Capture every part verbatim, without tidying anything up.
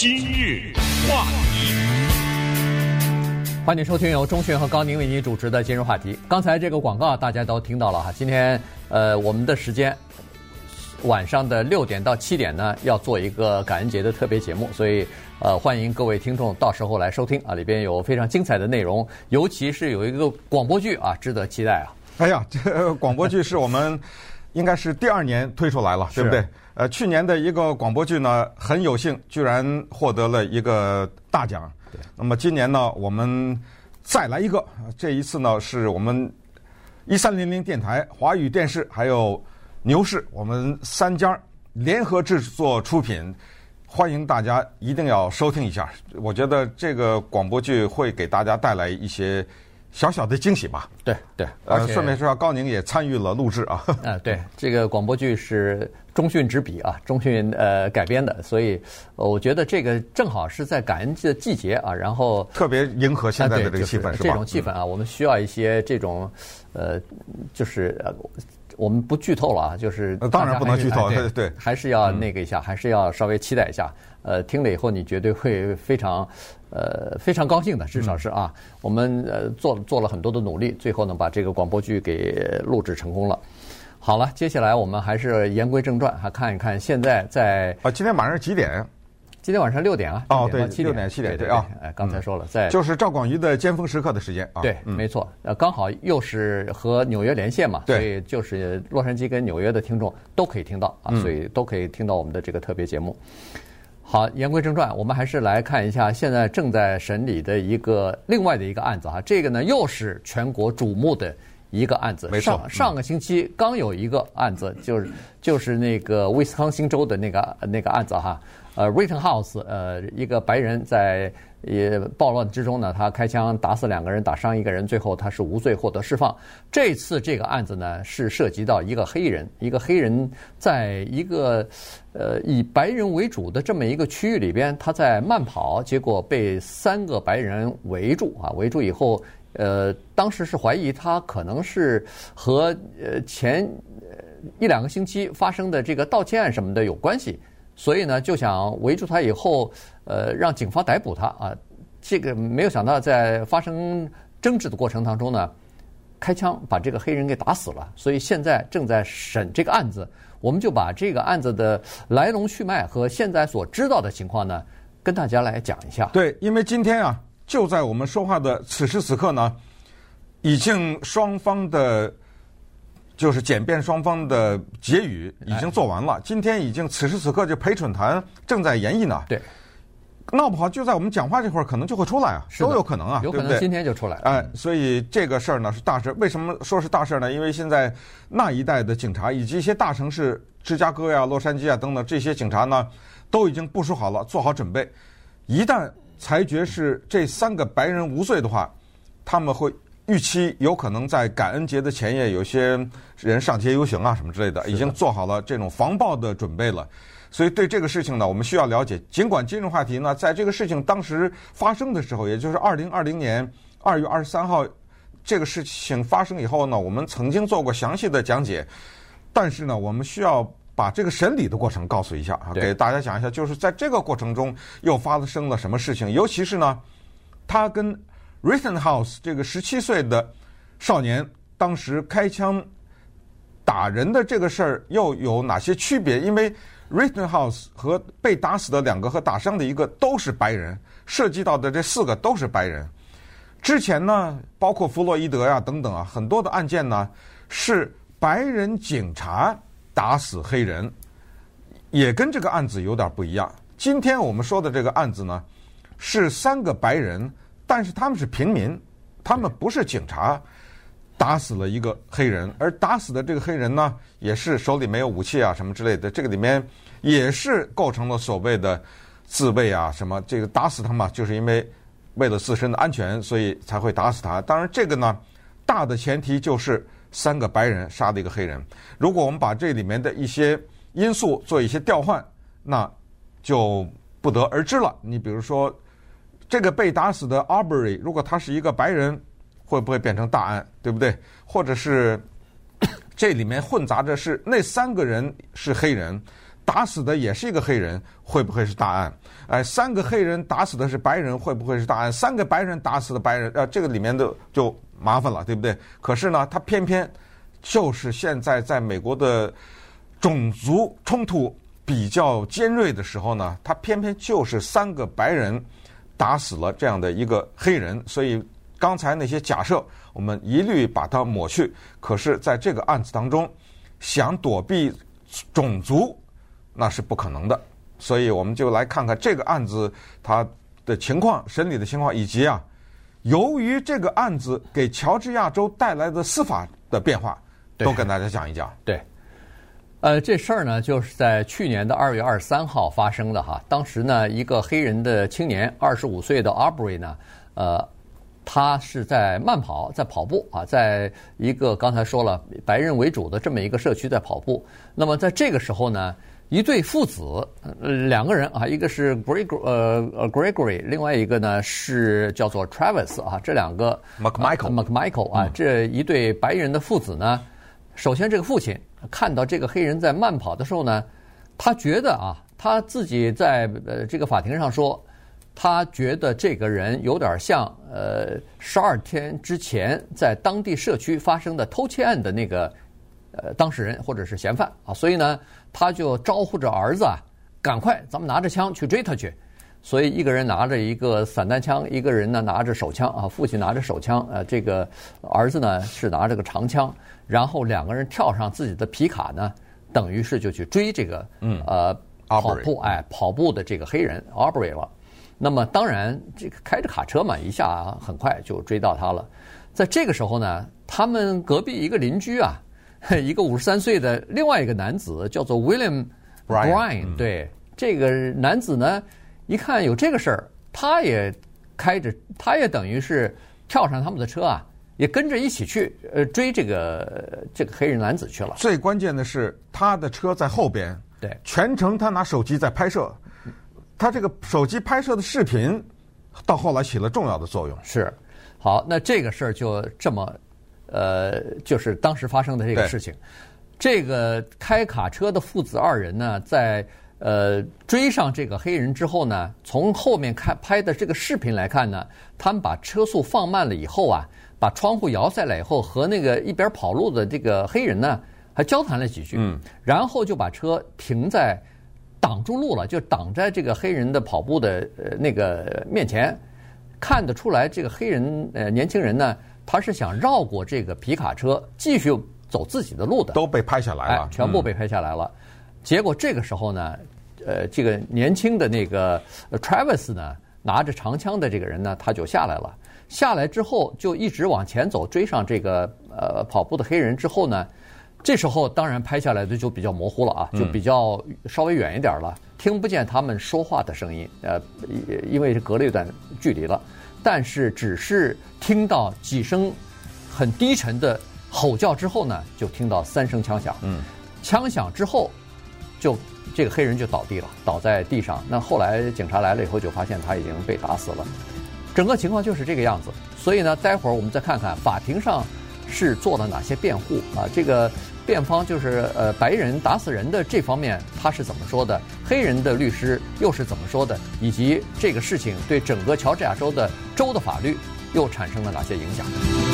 今日话题， 欢迎收听由钟迅和高宁为您主持的今日话题。刚才这个广告大家都听到了哈，今天呃我们的时间晚上的六点到七点呢，要做一个感恩节的特别节目，所以呃欢迎各位听众到时候来收听啊，里边有非常精彩的内容，尤其是有一个广播剧啊，值得期待啊。 哎呀，这个广播剧是我们应该是第二年推出来了，对不对？呃，去年的一个广播剧呢，很有幸居然获得了一个大奖。那么今年呢，我们再来一个，这一次呢是我们一三零零电台、华语电视还有牛视，我们三家联合制作出品，欢迎大家一定要收听一下。我觉得这个广播剧会给大家带来一些小小的惊喜吧。 对对， 呃，顺便说，高宁也参与了录制啊。 啊、呃，对，这个广播剧是钟迅执笔啊，钟迅呃改编的，所以、呃、我觉得这个正好是在感恩的季节啊，然后特别迎合现在的这个气氛， 啊、是吧？这种气氛啊，嗯、我们需要一些这种呃，就是呃。我们不剧透了啊，就是当然不能剧透， 对对， 还是要那个一下，嗯、还是要稍微期待一下。呃，听了以后你绝对会非常呃非常高兴的，至少是啊，嗯、我们呃做做了很多的努力，最后呢把这个广播剧给录制成功了。好了，接下来我们还是言归正传，还看一看现在在啊，今天晚上几点？ 今天晚上六点啊！ 哦，对， 七六点七点对啊！ 哎，刚才说了，在就是赵广瑜的尖峰时刻的时间啊！ 对，没错，呃，刚好又是和纽约连线嘛，所以就是洛杉矶跟纽约的听众都可以听到啊，所以都可以听到我们的这个特别节目。好，言归正传，我们还是来看一下现在正在审理的一个另外的一个案子哈，这个呢又是全国瞩目的一个案子。 没错， 上上个星期刚有一个案子，就是就是那个威斯康星州的那个那个案子哈。呃 ，Rittenhouse， 呃，一个白人在也暴乱之中呢，他开枪打死两个人，打伤一个人，最后他是无罪获得释放。这次这个案子呢，是涉及到一个黑人，一个黑人在一个呃以白人为主的这么一个区域里边，他在慢跑，结果被三个白人围住啊，围住以后，呃，当时是怀疑他可能是和呃前一两个星期发生的这个盗窃案什么的有关系。所以呢，就想围住他以后，呃，让警方逮捕他啊。这个没有想到，在发生争执的过程当中呢，开枪把这个黑人给打死了。所以现在正在审这个案子，我们就把这个案子的来龙去脉和现在所知道的情况呢，跟大家来讲一下。 对，因为今天啊，就在我们说话的此时此刻呢，已经双方的。就是检辩双方的结语已经做完了，今天已经此时此刻就陪审团正在研议呢。 对， 闹不好就在我们讲话这会儿可能就会出来啊，都有可能啊， 有可能今天就出来。 哎，所以这个事儿呢是大事。为什么说是大事呢？因为现在那一带的警察以及一些大城市，芝加哥呀、洛杉矶啊等等这些警察呢，都已经部署好了，做好准备。一旦裁决是这三个白人无罪的话，他们会。预期有可能在感恩节的前夜，有些人上街游行啊什么之类的，已经做好了这种防暴的准备了。所以对这个事情呢，我们需要了解。尽管今日话题呢，在这个事情当时发生的时候，也就是二零二零年二月二十三号，这个事情发生以后呢，我们曾经做过详细的讲解。但是呢，我们需要把这个审理的过程告诉一下啊，给大家讲一下，就是在这个过程中又发生了什么事情，尤其是呢，他跟Rittenhouse 这个十七岁的少年当时开枪打人的这个事儿又有哪些区别？因为 Rittenhouse 和被打死的两个和打伤的一个都是白人，涉及到的这四个都是白人。之前呢，包括弗洛伊德呀、啊、等等啊，很多的案件呢是白人警察打死黑人，也跟这个案子有点不一样。今天我们说的这个案子呢，是三个白人。但是他们是平民，他们不是警察，打死了一个黑人，而打死的这个黑人呢，也是手里没有武器啊什么之类的，这个里面也是构成了所谓的自卫啊什么，这个打死他嘛，就是因为为了自身的安全，所以才会打死他。当然这个呢，大的前提就是三个白人杀了一个黑人。如果我们把这里面的一些因素做一些调换，那就不得而知了。你比如说。这个被打死的 Arbery， 如果他是一个白人，会不会变成大案，对不对？或者是这里面混杂着是那三个人是黑人， 打死的也是一个黑人，会不会是大案？哎，三个黑人打死的是白人，会不会是大案？三个白人打死的白人，呃，这个里面的就麻烦了，对不对？可是呢，他偏偏就是现在在美国的种族冲突比较尖锐的时候呢，他偏偏就是三个白人打死了这样的一个黑人，所以刚才那些假设我们一律把它抹去。可是在这个案子当中，想躲避种族那是不可能的，所以我们就来看看这个案子它的情况、审理的情况，以及啊，由于这个案子给乔治亚州带来的司法的变化，都跟大家讲一讲。 对，呃，这事儿呢，就是在去年的二月二十三号发生的哈。当时呢，一个黑人的青年，二十五岁的 Arbery 呢，呃。他是在慢跑，在跑步啊，在一个刚才说了白人为主的这么一个社区在跑步。那么在这个时候呢，一对父子，呃，两个人啊，一个是 Greg 呃呃 Gregory， 另外一个呢是叫做 Travis 啊，这两个 McMichael McMichael 啊，这一对白人的父子呢，首先这个父亲看到这个黑人在慢跑的时候呢，他觉得啊，他自己在呃这个法庭上说。他觉得这个人有点像呃十二天之前在当地社区发生的偷窃案的那个呃当事人或者是嫌犯啊，所以呢他就招呼着儿子啊，赶快咱们拿着枪去追他去。所以一个人拿着一个散弹枪，一个人呢拿着手枪啊，父亲拿着手枪，呃，这个儿子呢是拿着个长枪，然后两个人跳上自己的皮卡呢，等于是就去追这个嗯呃跑步哎跑步的这个黑人 Arbery 了。那么当然，这个开着卡车嘛，一下很快就追到他了。在这个时候呢，他们隔壁一个邻居啊，一个五十三岁的另外一个男子叫做 William Bryan， 对，这个男子呢，一看有这个事儿，他也开着，他也等于是跳上他们的车啊，也跟着一起去呃追这个这个黑人男子去了。 最关键的是，他的车在后边， 对， 全程他拿手机在拍摄。他这个手机拍摄的视频，到后来起了重要的作用。 是，好，那这个事儿就这么，呃，就是当时发生的这个事情。这个开卡车的父子二人呢，在呃追上这个黑人之后呢，从后面看拍的这个视频来看呢，他们把车速放慢了以后啊，把窗户摇下来以后，和那个一边跑路的这个黑人呢，还交谈了几句，嗯，然后就把车停在。挡住路了，就挡在这个黑人的跑步的呃那个面前，看得出来这个黑人呃年轻人呢，他是想绕过这个皮卡车，继续走自己的路的， 都被拍下来了， 哎、全部被拍下来了。嗯、结果这个时候呢，呃，这个年轻的那个 Travis 呢，拿着长枪的这个人呢，他就下来了。下来之后就一直往前走，追上这个呃跑步的黑人之后呢。这时候当然拍下来的就比较模糊了啊，就比较稍微远一点了，听不见他们说话的声音，呃，因为是隔了一段距离了，但是只是听到几声很低沉的吼叫之后呢，就听到三声枪响，嗯，枪响之后，就这个黑人就倒地了，倒在地上。那后来警察来了以后，就发现他已经被打死了，整个情况就是这个样子。所以呢，待会儿我们再看看法庭上是做了哪些辩护啊，这个。辩方就是呃白人打死人的这方面他是怎么说的，黑人的律师又是怎么说的，以及这个事情对整个乔治亚州的州的法律又产生了哪些影响。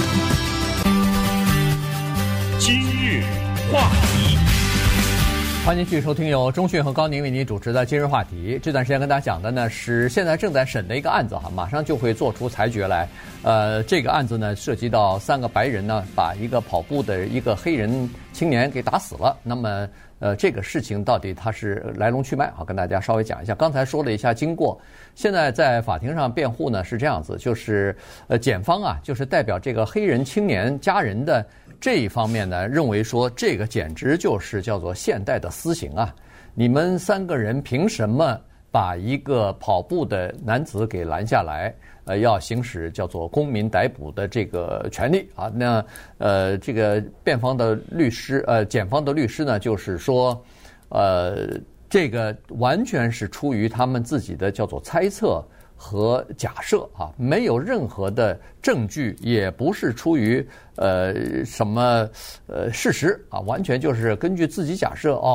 今日话题， 欢迎继续收听由钟迅和高宁为您主持的今日话题。这段时间跟大家讲的呢是现在正在审的一个案子哈，马上就会做出裁决来。呃，这个案子呢涉及到三个白人呢把一个跑步的一个黑人青年给打死了。那么呃这个事情到底它是来龙去脉，好跟大家稍微讲一下。刚才说了一下经过，现在在法庭上辩护呢是这样子，就是呃检方啊就是代表这个黑人青年家人的这一方面呢，认为说这个简直就是叫做现代的私刑啊！你们三个人凭什么把一个跑步的男子给拦下来？呃，要行使叫做公民逮捕的这个权利啊？那呃，这个辩方的律师呃，检方的律师呢，就是说，呃，这个完全是出于他们自己的叫做猜测和假设啊，没有任何的证据，也不是出于呃什么呃事实啊，完全就是根据自己假设哦，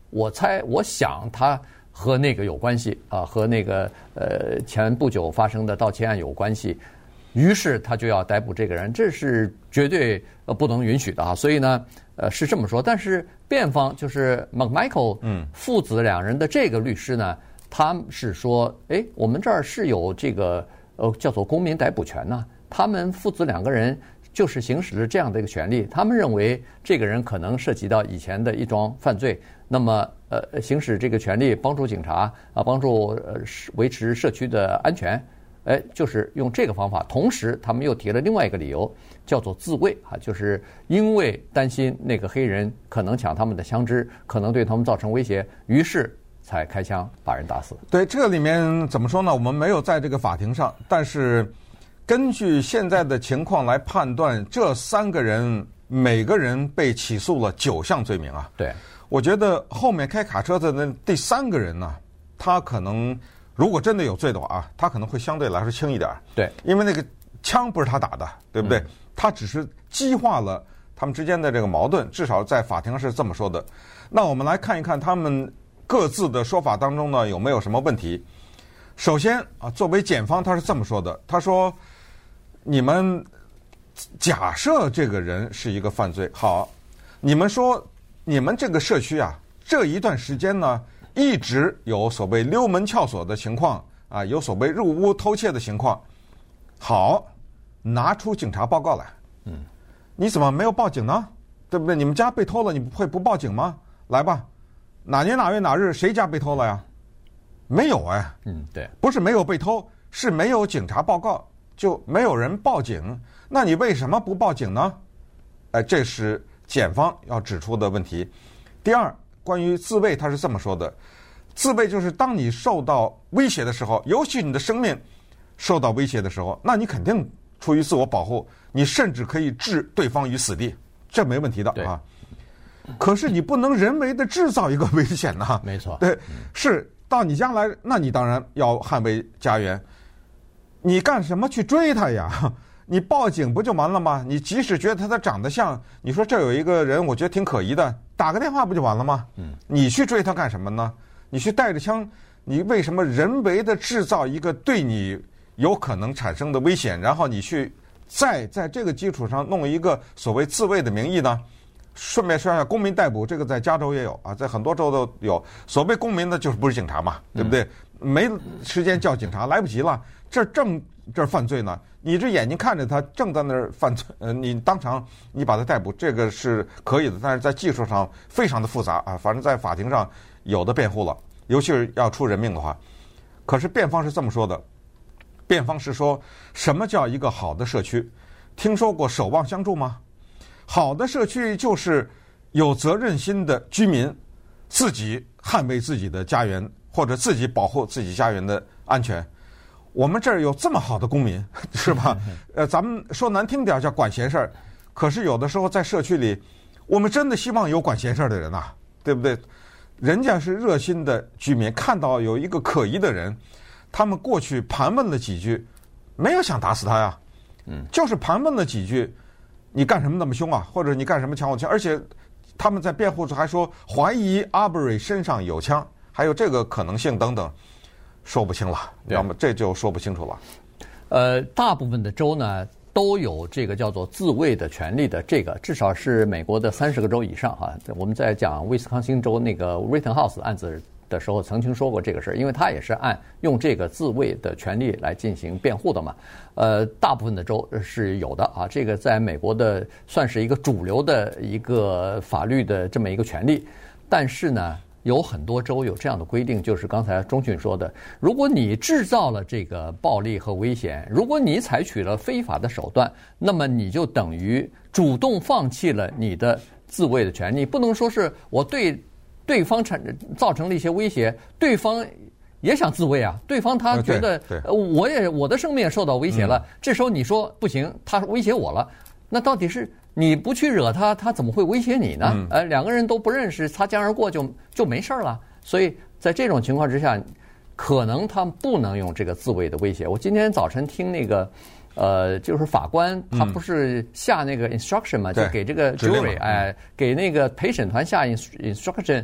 我猜，我想他和那个有关系啊，和那个呃前不久发生的盗窃案有关系。于是他就要逮捕这个人，这是绝对呃不能允许的啊！所以呢，呃是这么说。但是辩方就是 McMichael 嗯父子两人的这个律师呢，他是说，哎，我们这儿是有这个呃叫做公民逮捕权呢。他们父子两个人就是行使了这样的一个权利，他们认为这个人可能涉及到以前的一桩犯罪，那么呃行使这个权利，帮助警察啊，帮助呃维持社区的安全。哎，就是用这个方法。同时，他们又提了另外一个理由，叫做自卫啊，就是因为担心那个黑人可能抢他们的枪支，可能对他们造成威胁，于是才开枪把人打死。 对，这里面怎么说呢？我们没有在这个法庭上，但是根据现在的情况来判断，这三个人每个人被起诉了九项罪名啊。 对， 我觉得后面开卡车的那第三个人呢，他可能。如果真的有罪的话啊，他可能会相对来说轻一点。 对， 因为那个枪不是他打的，对不对？嗯、他只是激化了他们之间的这个矛盾，至少在法庭上是这么说的。那我们来看一看他们各自的说法当中呢，有没有什么问题？首先啊，作为检方，他是这么说的：他说，你们假设这个人是一个犯罪，好，你们说你们这个社区啊，这一段时间呢。一直有所谓溜门撬锁的情况啊，有所谓入屋偷窃的情况。好，拿出警察报告来。嗯，你怎么没有报警呢？对不对？你们家被偷了，你会不报警吗？来吧，哪年哪月哪日谁家被偷了呀？没有哎。 嗯，对， 不是没有被偷，是没有警察报告，就没有人报警。那你为什么不报警呢？哎，这是检方要指出的问题。第二。关于自卫，他是这么说的：自卫就是当你受到威胁的时候，尤其你的生命受到威胁的时候，那你肯定出于自我保护，你甚至可以置对方于死地，这没问题的啊。可是你不能人为的制造一个危险呐。 没错， 对，是到你家来，那你当然要捍卫家园。你干什么去追他呀？你报警不就完了吗？你即使觉得他他长得像，你说这有一个人，我觉得挺可疑的，打个电话不就完了吗？嗯，你去追他干什么呢？你去带着枪，你为什么人为的制造一个对你有可能产生的危险，然后你去再在这个基础上弄一个所谓自卫的名义呢？顺便说一下，公民逮捕这个在加州也有啊，在很多州都有。所谓公民的，就是不是警察嘛，对不对？没时间叫警察，来不及了，这正这犯罪呢。你这眼睛看着他正在那儿犯罪，呃，你当场你把他逮捕，这个是可以的，但是在技术上非常的复杂啊。反正在法庭上有的辩护了，尤其是要出人命的话。可是辩方是这么说的，辩方是说什么叫一个好的社区？听说过守望相助吗？好的社区就是有责任心的居民自己捍卫自己的家园，或者自己保护自己家园的安全。我们这儿有这么好的公民，是吧？呃，咱们说难听点叫管闲事儿，可是有的时候在社区里，我们真的希望有管闲事儿的人呐，对不对？人家是热心的居民，看到有一个可疑的人，他们过去盘问了几句，没有想打死他呀，嗯，就是盘问了几句，你干什么那么凶啊？或者你干什么抢我枪？而且他们在辩护时还说怀疑 Arbery 身上有枪，还有这个可能性等等。说不清了，要么这就说不清楚了。 呃，大部分的州呢都有这个叫做自卫的权利的，这个至少是美国的三十个州以上哈。我们在讲威斯康星州那个 Rittenhouse 案子的时候，曾经说过这个事儿，因为他也是按用这个自卫的权利来进行辩护的嘛。呃，大部分的州是有的啊，这个在美国的算是一个主流的一个法律的这么一个权利，但是呢。有很多州有这样的规定，就是刚才钟迅说的，如果你制造了这个暴力和危险，如果你采取了非法的手段，那么你就等于主动放弃了你的自卫的权利。不能说是我对对方产造成了一些威胁，对方也想自卫啊，对方他觉得我也我的生命也受到威胁了，这时候你说不行，他威胁我了，那到底是？你不去惹他，他怎么会威胁你呢？嗯、呃，两个人都不认识，擦肩而过就就没事了。所以在这种情况之下，可能他们不能用这个自卫的威胁。我今天早晨听那个，呃，就是法官他不是下那个 instruction 嘛，嗯、就给这个 jury 哎、呃，给那个陪审团下 instruction，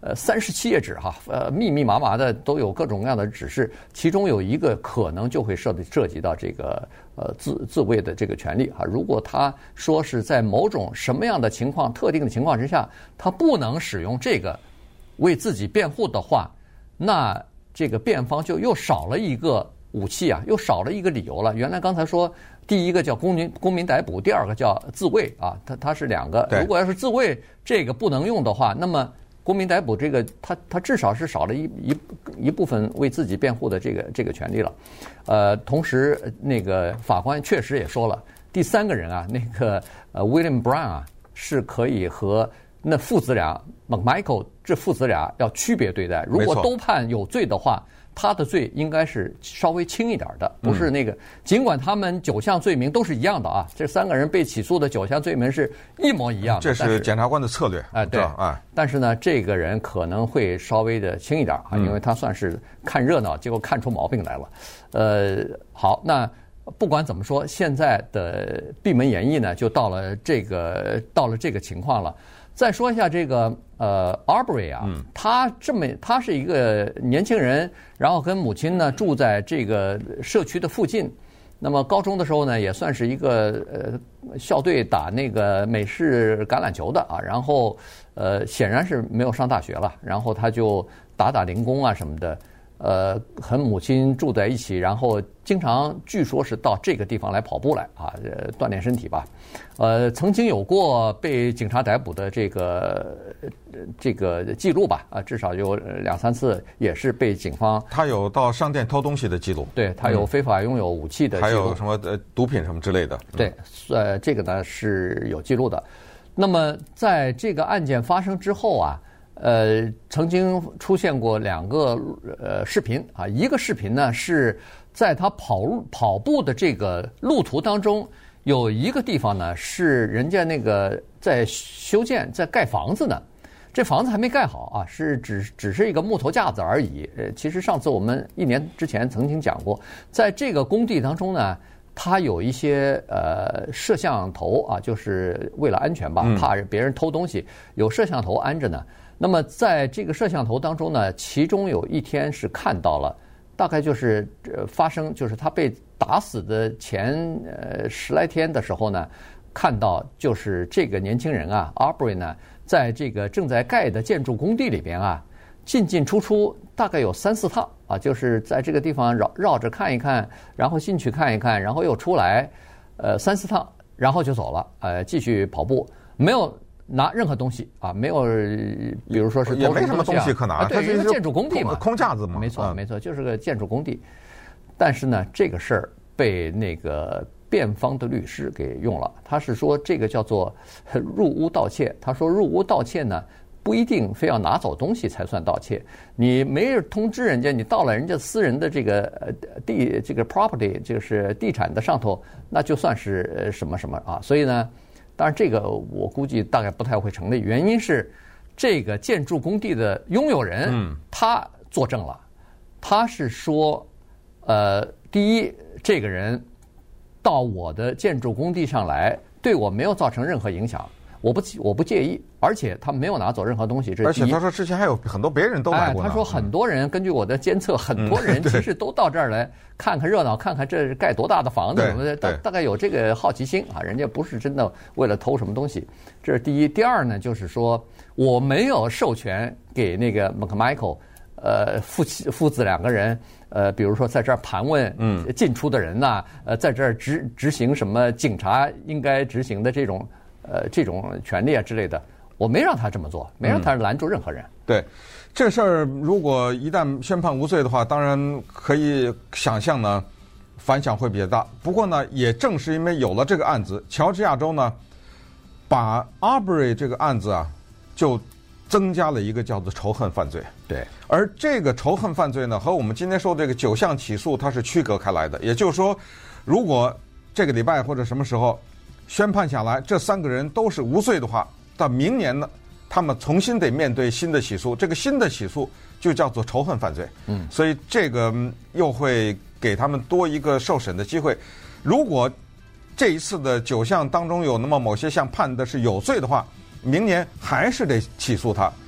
呃三十七页纸哈，呃密密麻麻的都有各种各样的指示，其中有一个可能就会涉涉及到这个呃自自卫的这个权利哈。如果他说是在某种什么样的情况、特定的情况之下，他不能使用这个为自己辩护的话，那这个辩方就又少了一个武器啊，又少了一个理由了。原来刚才说第一个叫公民公民逮捕，第二个叫自卫啊，它它是两个。如果要是自卫这个不能用的话，那么公民逮捕这个，它它至少是少了一一一部分为自己辩护的这个这个权利了。呃，同时那个法官确实也说了，第三个人啊，那个呃 William Brown 啊，是可以和那父子俩 McMichael 这父子俩要区别对待。如果都判有罪的话，他的罪应该是稍微轻一点的，不是那个。尽管他们九项罪名都是一样的啊，这三个人被起诉的九项罪名是一模一样的。 这是检察官的策略， 哎、呃，对，哎。但是呢，这个人可能会稍微的轻一点啊，因为他算是看热闹，结果看出毛病来了。呃，好，那不管怎么说，现在的闭门演绎呢，就到了这个到了这个情况了。再说一下这个呃 Arbery 啊，嗯、他这么他是一个年轻人，然后跟母亲呢住在这个社区的附近。那么高中的时候呢，也算是一个呃校队打那个美式橄榄球的啊，然后呃显然是没有上大学了，然后他就打打零工啊什么的。呃，和母亲住在一起，然后经常据说是到这个地方来跑步来啊，呃，锻炼身体吧。呃，曾经有过被警察逮捕的这个这个记录吧，啊，至少有两三次也是被警方。 他有到商店偷东西的记录， 对他有非法拥有武器的记录， 还有什么呃毒品什么之类的。 对，呃，这个呢是有记录的。那么在这个案件发生之后啊。呃，曾经出现过两个呃视频啊，一个视频呢是在他跑路跑步的这个路途当中，有一个地方呢是人家那个在修建、在盖房子呢，这房子还没盖好啊，是只只是一个木头架子而已。呃，其实上次我们一年之前曾经讲过，在这个工地当中呢，它有一些呃摄像头啊，就是为了安全吧，怕别人偷东西，有摄像头安着呢。那么在这个摄像头当中呢，其中有一天是看到了，大概就是呃发生，就是他被打死的前呃十来天的时候呢，看到就是这个年轻人啊 Arbery 呢，在这个正在盖的建筑工地里边啊，进进出出大概有三四趟啊，就是在这个地方绕绕着看一看，然后进去看一看，然后又出来，呃三四趟，然后就走了，呃继续跑步，没有拿任何东西啊，没有，比如说是也没什么东西可拿， 啊、对，因为建筑工地嘛， 空架子嘛， 没错没错，就是个建筑工地。但是呢，这个事儿被那个辩方的律师给用了，他是说这个叫做入屋盗窃。他说入屋盗窃呢，不一定非要拿走东西才算盗窃，你没人通知人家，你到了人家私人的这个地这个 property 就是地产的上头，那就算是什么什么啊。所以呢。当然，这个我估计大概不太会成立。原因是，这个建筑工地的拥有人，嗯、他作证了，他是说，呃，第一，这个人到我的建筑工地上来，对我没有造成任何影响，我不我不介意，而且他没有拿走任何东西。这而且他说之前还有很多别人都来过呢、 哎。他说很多人根据我的监测，很多人其实都到这儿来看看热闹，看看这是盖多大的房子什么的，大大概有这个好奇心啊。人家不是真的为了偷什么东西，这是第一。第二呢，就是说我没有授权给那个 McMichael， 呃，父妻父子两个人，呃，比如说在这儿盘问嗯进出的人呐、呃，在这儿执执行什么警察应该执行的这种呃这种权利啊之类的。我没让他这么做，没让他拦住任何人。 嗯、对，这事儿如果一旦宣判无罪的话，当然可以想象呢，反响会比较大。不过呢，也正是因为有了这个案子，乔治亚州呢，把 Arbery 这个案子啊，就增加了一个叫做仇恨犯罪。 对， 而这个仇恨犯罪呢，和我们今天说这个九项起诉它是区隔开来的。也就是说，如果这个礼拜或者什么时候宣判下来，这三个人都是无罪的话，到明年呢，他们重新得面对新的起诉，这个新的起诉就叫做仇恨犯罪。嗯，所以这个又会给他们多一个受审的机会。如果这一次的九项当中有那么某些项判的是有罪的话，明年还是得起诉他。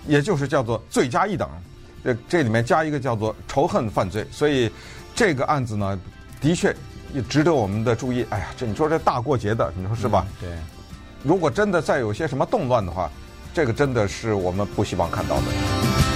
也就是叫做罪加一等，这这里面加一个叫做仇恨犯罪，所以这个案子呢，的确也值得我们的注意。哎呀，这你说这大过节的，你说是吧？ 嗯、对。 如果真的再有些什么动乱的话，这个真的是我们不希望看到的。